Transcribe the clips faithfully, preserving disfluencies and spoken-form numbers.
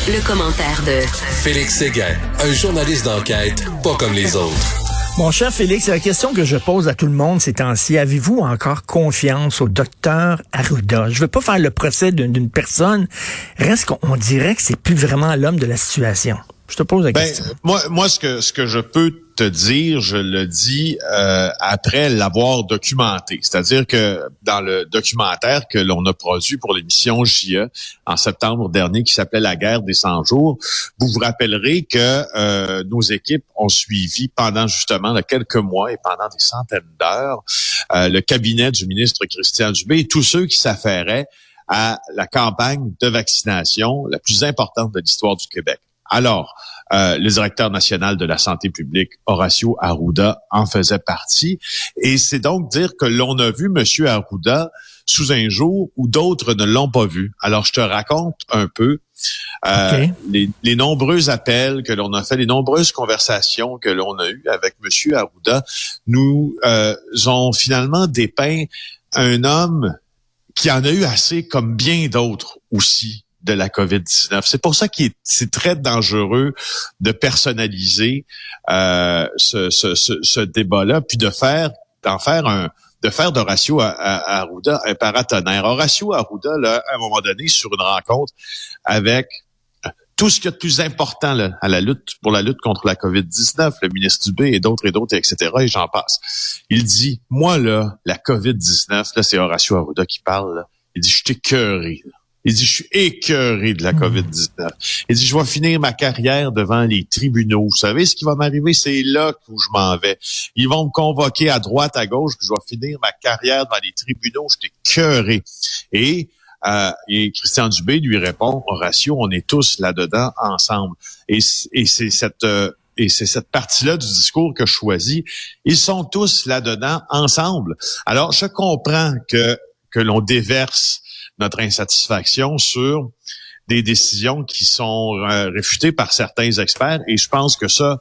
le commentaire de Félix Séguin, un journaliste d'enquête pas comme les autres. Mon cher Félix, la question que je pose à tout le monde ces temps-ci, avez-vous encore confiance au docteur Arruda? Je veux pas faire le procès d'une, d'une personne, reste qu'on dirait que c'est plus vraiment l'homme de la situation. Je te pose la ben, question. Moi, moi, ce que ce que je peux te dire, je le dis euh, après l'avoir documenté. C'est-à-dire que dans le documentaire que l'on a produit pour l'émission J E en septembre dernier, qui s'appelait La guerre des cent jours, vous vous rappellerez que euh, nos équipes ont suivi pendant justement là, quelques mois et pendant des centaines d'heures euh, le cabinet du ministre Christian Dubé et tous ceux qui s'affairaient à la campagne de vaccination la plus importante de l'histoire du Québec. Alors, euh, le directeur national de la santé publique, Horacio Arruda, en faisait partie. Et c'est donc dire que l'on a vu M. Arruda sous un jour où d'autres ne l'ont pas vu. Alors, je te raconte un peu euh, okay. les, les nombreux appels que l'on a fait, les nombreuses conversations que l'on a eues avec M. Arruda nous euh, ont finalement dépeint un homme qui en a eu assez, comme bien d'autres aussi, de la covid dix-neuf. C'est pour ça qu'il est, c'est très dangereux de personnaliser euh, ce, ce, ce, ce débat-là, puis de faire, d'en faire un, de faire d'Horacio Arruda un paratonnerre. Horacio Arruda, là, à un moment donné, sur une rencontre avec tout ce qu'il y a de plus important là, à la lutte pour la lutte contre la covid dix-neuf, le ministre Dubé et d'autres et d'autres, et cetera, et j'en passe. Il dit, moi, là, la covid dix-neuf, là, c'est Horacio Arruda qui parle, là. Il dit, je suis écœuré, là. Il dit, je suis écœuré de la covid dix-neuf. Il dit, je vais finir ma carrière devant les tribunaux. Vous savez ce qui va m'arriver? C'est là où je m'en vais. Ils vont me convoquer à droite, à gauche, puis je vais finir ma carrière devant les tribunaux. Je suis écœuré. Et, euh, et Christian Dubé lui répond, Horacio, on est tous là-dedans ensemble. Et, et c'est cette... Euh, Et c'est cette partie-là du discours que je choisis. Ils sont tous là-dedans ensemble. Alors, je comprends que que l'on déverse notre insatisfaction sur des décisions qui sont euh, réfutées par certains experts. Et je pense que ça,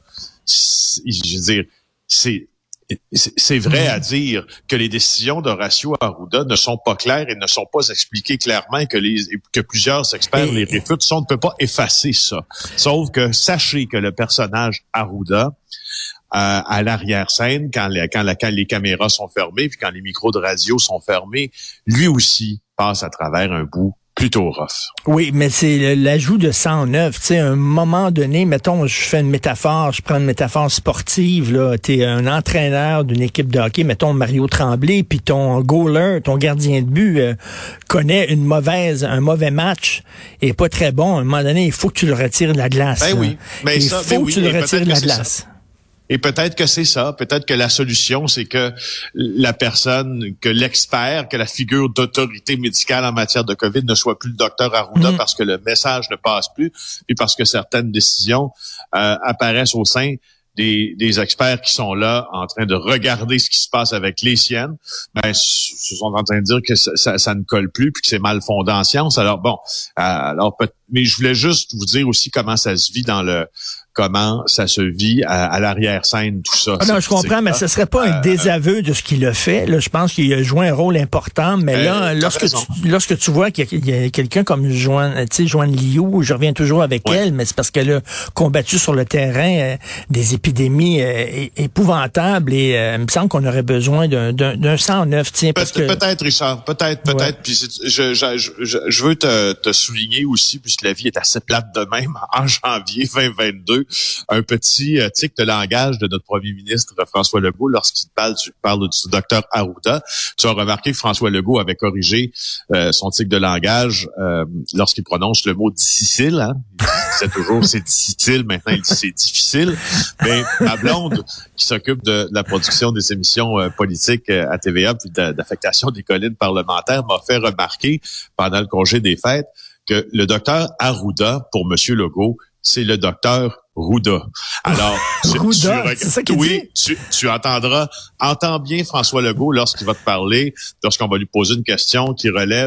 je veux dire, c'est c'est vrai à dire que les décisions d'Horacio Arruda ne sont pas claires et ne sont pas expliquées clairement et que, les, que plusieurs experts les réfutent. Ça, on ne peut pas effacer ça. Sauf que sachez que le personnage Arruda, Euh, à l'arrière-scène, quand, les, quand, la, quand les caméras sont fermées, puis quand les micros de radio sont fermés, lui aussi passe à travers un bout plutôt rough. Oui, mais c'est l'ajout de cent neuf. Tu sais, à un moment donné, mettons, je fais une métaphore, je prends une métaphore sportive, là, t'es un entraîneur d'une équipe de hockey, mettons Mario Tremblay, puis ton goaler, ton gardien de but, euh, connaît une mauvaise, un mauvais match et pas très bon. À un moment donné, il faut que tu le retires de la glace. Ben là. oui. Ben il ça, faut ben que oui, tu le retires de la glace. Ça. Et peut-être que c'est ça, peut-être que la solution, c'est que la personne, que l'expert, que la figure d'autorité médicale en matière de COVID ne soit plus le docteur Arruda mmh. parce que le message ne passe plus, puis parce que certaines décisions euh, apparaissent au sein des, des experts qui sont là en train de regarder ce qui se passe avec les siennes, ben, ils sont en train de dire que ça, ça, ça ne colle plus puis que c'est mal fondé en science. Alors bon, euh, alors mais je voulais juste vous dire aussi comment ça se vit dans le comment ça se vit à, à l'arrière-scène, tout ça. Ah non, je comprends, mais ce serait pas un euh, désaveu de ce qu'il a fait. Là, je pense qu'il a joué un rôle important, mais euh, là, lorsque tu, lorsque tu vois qu'il y a, il y a quelqu'un comme Joanne, tu sais, Joanne Liu, je reviens toujours avec ouais. elle, mais c'est parce qu'elle a combattu sur le terrain euh, des épidémies euh, épouvantables et euh, il me semble qu'on aurait besoin d'un, d'un, d'un cent neuf, tiens, parce Pe- que... Peut-être, Richard, peut-être, peut-être. Ouais. Puis je, je, je, je veux te, te souligner aussi, puisque la vie est assez plate de même, en janvier vingt vingt-deux, un petit euh, tic de langage de notre premier ministre François Legault lorsqu'il parle, tu parles du docteur Arruda. Tu as remarqué que François Legault avait corrigé euh, son tic de langage euh, lorsqu'il prononce le mot difficile. Hein? Il disait toujours c'est difficile, maintenant il dit c'est difficile. Mais ma blonde qui s'occupe de, de la production des émissions euh, politiques euh, à T V A puis de, d'affectation des collines parlementaires m'a fait remarquer pendant le congé des fêtes que le docteur Arruda, pour M. Legault, c'est le docteur Rouda. Alors, tu, Rouda, tu, c'est ça qu'il oui, dit? Tu, tu entendras, entends bien François Legault lorsqu'il va te parler, lorsqu'on va lui poser une question qui relève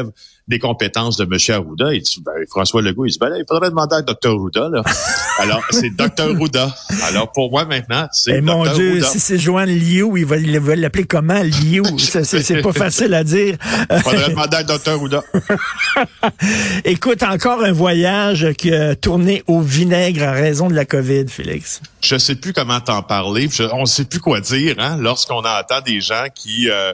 des compétences de M. Arruda. Et tu, ben, François Legault, il dit, ben là, il faudrait demander à docteur Arruda, là. Alors, c'est docteur Arruda. Alors, pour moi, maintenant, c'est hey, docteur Mon Dieu, Arruda. si c'est Joanne Liu, il va, il va l'appeler comment, Liu? c'est, c'est, c'est pas facile à dire. Il faudrait demander à docteur Arruda. Écoute, encore un voyage qui a tourné au vinaigre en raison de la COVID, Félix. Je sais plus comment t'en parler. Je, on sait plus quoi dire, hein, lorsqu'on entend des gens qui euh,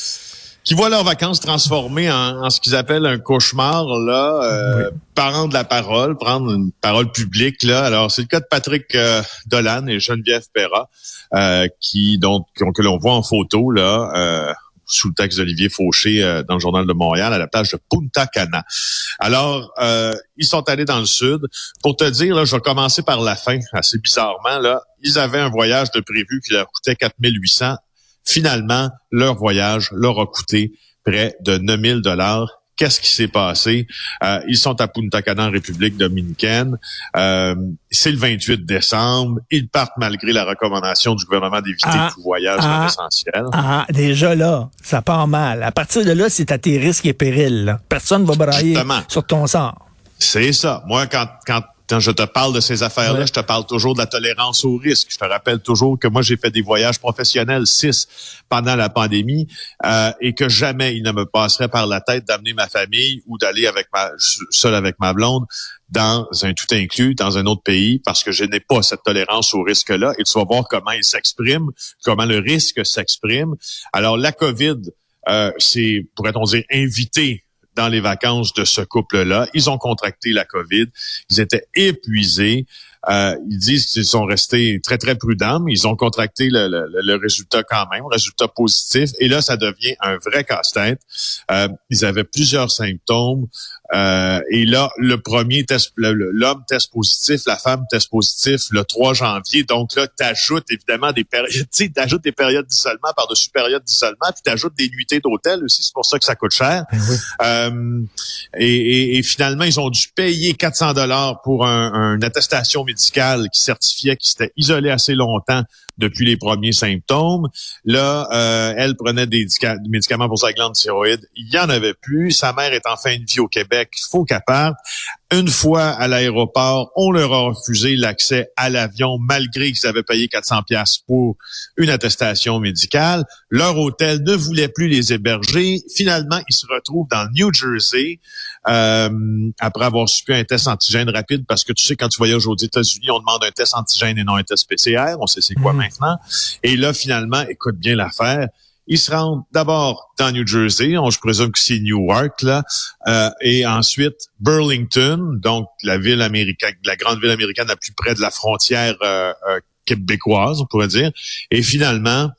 qui voient leurs vacances transformées en, en ce qu'ils appellent un cauchemar, là, euh, oui. Prendre la parole, prendre une parole publique, là. Alors, c'est le cas de Patrick euh, Dolan et Geneviève Perra, euh, qui donc que l'on voit en photo, là. Euh, sous le texte d'Olivier Fauché euh, dans le Journal de Montréal, à la plage de Punta Cana. Alors, euh, ils sont allés dans le sud. Pour te dire, là, je vais commencer par la fin, assez bizarrement. Là, ils avaient un voyage de prévu qui leur coûtait quatre mille huit cents. Finalement, leur voyage leur a coûté près de neuf mille dollars. Qu'est-ce qui s'est passé? Euh, ils sont à Punta Cana, en République dominicaine. Euh, c'est le vingt-huit décembre. Ils partent malgré la recommandation du gouvernement d'éviter ah, tout voyage ah, non essentiel. Ah, déjà là, ça part mal. À partir de là, c'est à tes risques et périls. Là. Personne va brailler Justement. Sur ton sort. C'est ça. Moi, quand quand Quand je te parle de ces affaires-là, ouais. je te parle toujours de la tolérance au risque. Je te rappelle toujours que moi, j'ai fait des voyages professionnels, six, pendant la pandémie, euh, et que jamais il ne me passerait par la tête d'amener ma famille ou d'aller avec ma seul avec ma blonde dans un tout inclus, dans un autre pays, parce que je n'ai pas cette tolérance au risque-là. Et tu vas voir comment il s'exprime, comment le risque s'exprime. Alors, la COVID, euh, c'est, pourrait-on dire, invité dans les vacances de ce couple-là. Ils ont contracté la COVID. Ils étaient épuisés. Euh, ils disent qu'ils sont restés très, très prudents, mais ils ont contracté le, le, le résultat quand même, résultat positif. Et là, ça devient un vrai casse-tête. Euh, ils avaient plusieurs symptômes. Euh, et là, le premier test, le, l'homme teste positif, la femme teste positif le trois janvier. Donc là, t'ajoutes évidemment des périodes, tu sais, t'ajoutes des périodes d'isolement par-dessus périodes d'isolement, puis t'ajoutes des nuitées d'hôtel aussi. C'est pour ça que ça coûte cher. Oui. Euh, et, et, et finalement, ils ont dû payer quatre cents dollars pour un, un, une attestation médicale qui certifiait qu'ils s'étaient isolés assez longtemps depuis les premiers symptômes. Là, euh, elle prenait des médicaments pour sa glande thyroïde. Il y en avait plus. Sa mère est en fin de vie au Québec. Il faut qu'elle parte. Une fois à l'aéroport, on leur a refusé l'accès à l'avion malgré qu'ils avaient payé quatre cents dollars pour une attestation médicale. Leur hôtel ne voulait plus les héberger. Finalement, ils se retrouvent dans le New Jersey euh, après avoir subi un test antigène rapide parce que tu sais, quand tu voyages aux États-Unis, on demande un test antigène et non un test P C R. On sait c'est quoi mmh. maintenant. Et là, finalement, écoute bien l'affaire. Ils se rendent d'abord dans New Jersey, on, je présume que c'est Newark, là, euh, et ensuite Burlington, donc la ville américaine, la grande ville américaine la plus près de la frontière euh, euh, québécoise, on pourrait dire. Et finalement,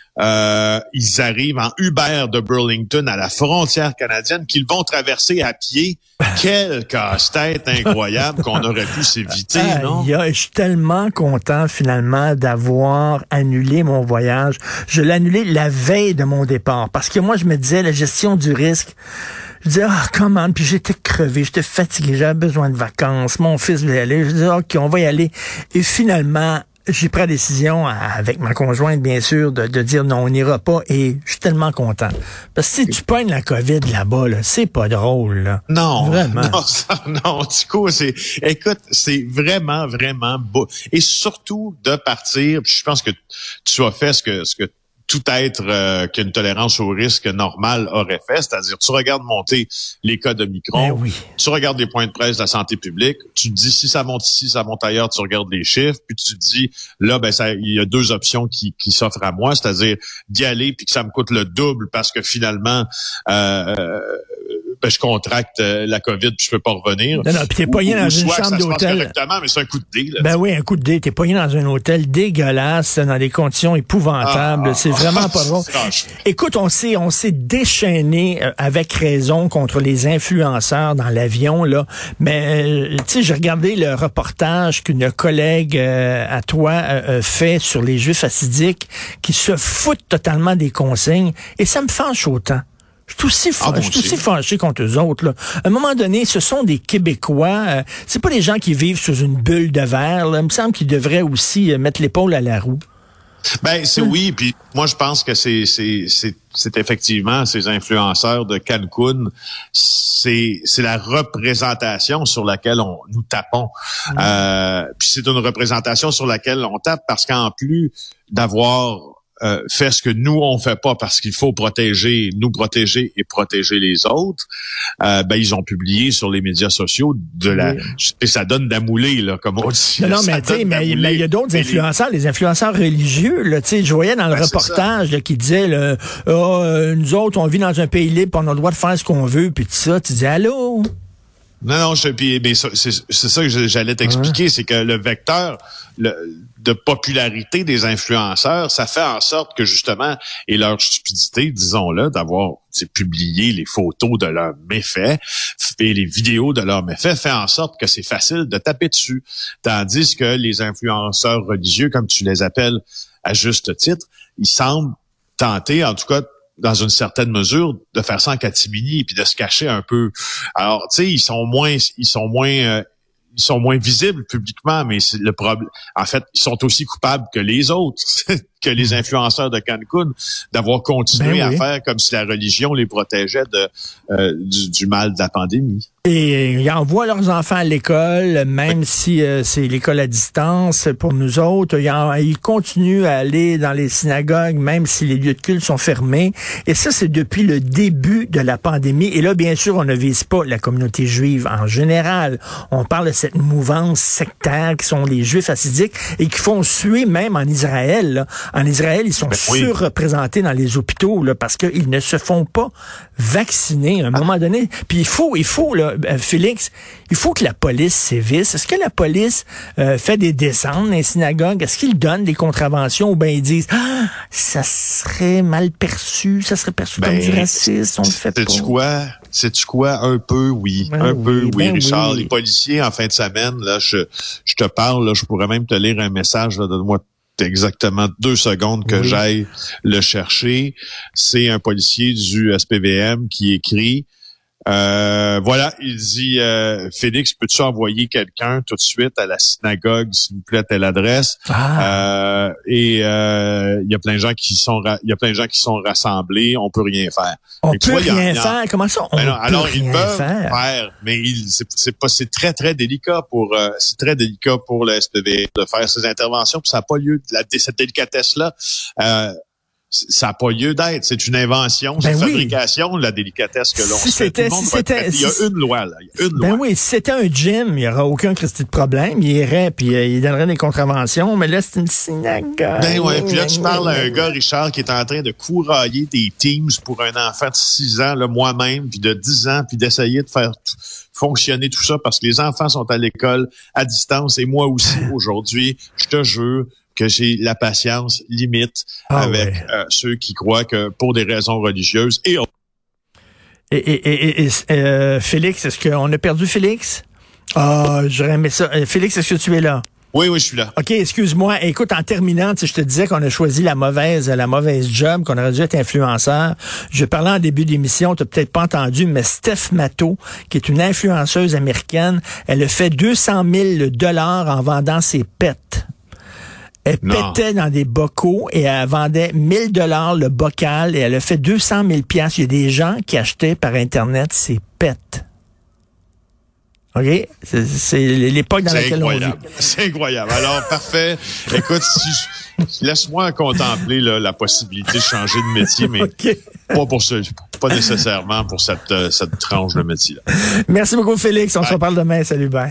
euh, ils arrivent en Uber de Burlington à la frontière canadienne qu'ils vont traverser à pied. Quel casse-tête incroyable qu'on aurait pu s'éviter, ah, non? Je suis tellement content, finalement, d'avoir annulé mon voyage. Je l'ai annulé la veille de mon départ. Parce que moi, je me disais, la gestion du risque, je disais, ah, comment? Puis j'étais crevé, j'étais fatigué, j'avais besoin de vacances. Mon fils voulait aller. Je disais, OK, on va y aller. Et finalement, j'ai pris la décision, avec ma conjointe, bien sûr, de, de dire non, on n'ira pas. Et je suis tellement content. Parce que si tu pognes la COVID là-bas, là, c'est pas drôle. Là. Non, vraiment. non, ça, non, du coup, c'est, écoute, c'est vraiment, vraiment beau. Et surtout de partir, puis je pense que tu as fait ce que, ce que tout être euh, qui a une tolérance au risque normal aurait fait, c'est-à-dire tu regardes monter les cas de Micron, oui. tu regardes les points de presse de la santé publique, tu te dis si ça monte ici, ça monte ailleurs, tu regardes les chiffres, puis tu te dis là ben ça il y a deux options qui qui s'offrent à moi, c'est-à-dire d'y aller puis que ça me coûte le double parce que finalement euh, ben, je contracte euh, la COVID puis je peux pas revenir. Non, non, puis t'es pogné dans une chambre d'hôtel. Correctement, mais c'est un coup de dé. Là, ben oui, un coup de dé. T'es pogné dans un hôtel dégueulasse, dans des conditions épouvantables. Ah, c'est ah, vraiment pas drôle. Écoute, on s'est on s'est déchaîné euh, avec raison contre les influenceurs dans l'avion là. Mais euh, tu sais, j'ai regardé le reportage qu'une collègue euh, à toi euh, fait sur les Juifs hassidiques qui se foutent totalement des consignes et ça me fâche autant. Je suis aussi, fa- ah, bon, je suis aussi fâché contre eux autres. Là. À un moment donné, ce sont des Québécois. Euh, c'est pas des gens qui vivent sous une bulle de verre. Là. Il me semble qu'ils devraient aussi euh, mettre l'épaule à la roue. Ben c'est oui, puis moi je pense que c'est c'est c'est c'est effectivement ces influenceurs de Cancun, c'est c'est la représentation sur laquelle on nous tapons. Mmh. Euh, puis c'est une représentation sur laquelle on tape parce qu'en plus d'avoir Euh, fait ce que nous on fait pas parce qu'il faut protéger, nous protéger et protéger les autres, euh, ben ils ont publié sur les médias sociaux de la, oui. Et ça donne d'amouler là, comme on dit. Non, non mais tu sais, mais il y a d'autres influenceurs, les... les influenceurs religieux là, tu sais, je voyais dans le ben, reportage là, qui disait là, oh, euh, nous autres on vit dans un pays libre, on a le droit de faire ce qu'on veut, puis tout ça, tu dis allô. Non, non, je, puis, mais c'est, c'est ça que j'allais t'expliquer, ouais. C'est que le vecteur le, de popularité des influenceurs, ça fait en sorte que justement, et leur stupidité, disons-le, d'avoir publié les photos de leurs méfaits et les vidéos de leurs méfaits, fait en sorte que c'est facile de taper dessus. Tandis que les influenceurs religieux, comme tu les appelles à juste titre, ils semblent tenter, en tout cas, dans une certaine mesure, de faire ça en catimini puis de se cacher un peu. Alors, tu sais, ils sont moins, ils sont moins, euh, ils sont moins visibles publiquement, mais c'est le problème. En fait, ils sont aussi coupables que les autres, que les influenceurs de Cancun, d'avoir continué ben oui. à faire comme si la religion les protégeait de euh, du, du mal de la pandémie. Et ils envoient leurs enfants à l'école, même oui. si euh, c'est l'école à distance pour nous autres. Ils, en, ils continuent à aller dans les synagogues, même si les lieux de culte sont fermés. Et ça, c'est depuis le début de la pandémie. Et là, bien sûr, on ne vise pas la communauté juive en général. On parle de cette mouvance sectaire qui sont les Juifs hassidiques et qui font suer même en Israël. Là. En Israël, ils sont ben oui. surreprésentés dans les hôpitaux là, parce qu'ils ne se font pas vacciner à un ah. moment donné. Puis il faut, il faut là, Félix, il faut que la police sévisse. Est-ce que la police euh, fait des descentes dans les synagogues? Est-ce qu'ils donnent des contraventions ou bien ils disent ah, ça serait mal perçu, ça serait perçu ben, comme du racisme, on le fait pas. Sais-tu quoi? Sais-tu quoi? Un peu, oui. Ben un oui, peu, oui, ben Richard. Oui. Les policiers, en fin de semaine, là, je, je te parle, là, je pourrais même te lire un message, là, donne-moi exactement deux secondes que oui. j'aille le chercher. C'est un policier du S P V M qui écrit Euh, voilà, il dit euh, Félix, peux-tu envoyer quelqu'un tout de suite à la synagogue, s'il vous plaît, telle adresse. Ah. Euh, et euh, il y a plein de gens qui sont il y a plein de gens qui sont rassemblés, on peut rien faire. On peut vois, rien a, faire. Comment ça on ben non, peut alors rien ils peuvent faire, faire mais il, c'est, c'est pas c'est très très délicat pour euh, c'est très délicat pour le S P V de faire ces interventions, puis ça n'a pas lieu la, cette délicatesse là. Euh, Ça n'a pas lieu d'être. C'est une invention, c'est ben une oui. fabrication, la délicatesse que l'on si se fait. Tout le monde si va être... Il y a une loi, là. Il y a une ben loi. oui, si c'était un gym, il n'y aurait aucun Christy de problème. Il irait, puis euh, il donnerait des contraventions. Mais là, c'est une synagogue. Ben ouais, puis là, tu parles à un gars, Richard, qui est en train de courailler des Teams pour un enfant de six ans, là, moi-même, puis de dix ans, puis d'essayer de faire tout, fonctionner tout ça parce que les enfants sont à l'école à distance. Et moi aussi, aujourd'hui, je te jure, que j'ai la patience limite ah avec ouais. euh, ceux qui croient que pour des raisons religieuses et et, et, et, et euh, Félix, est-ce qu'on a perdu Félix? Ah, oh, j'aurais aimé ça. Félix, est-ce que tu es là? Oui, oui, je suis là. OK, excuse-moi. Écoute, en terminant, je te disais qu'on a choisi la mauvaise la mauvaise job, qu'on aurait dû être influenceur. Je parlais en début d'émission, tu n'as peut-être pas entendu, mais Steph Matteau, qui est une influenceuse américaine, elle a fait deux cent mille dollars en vendant ses pets. Elle non. pétait dans des bocaux et elle vendait mille dollars le bocal et elle a fait deux cent mille piastres. Il y a des gens qui achetaient par Internet ses pets. OK? C'est, c'est l'époque dans c'est laquelle incroyable. on vit. C'est incroyable. Alors, parfait. Écoute, si je, laisse-moi contempler là, la possibilité de changer de métier, mais okay. pas pour ce, pas nécessairement pour cette, cette tranche de métier-là. Merci beaucoup, Félix. On bye. se reparle demain. Salut, bye.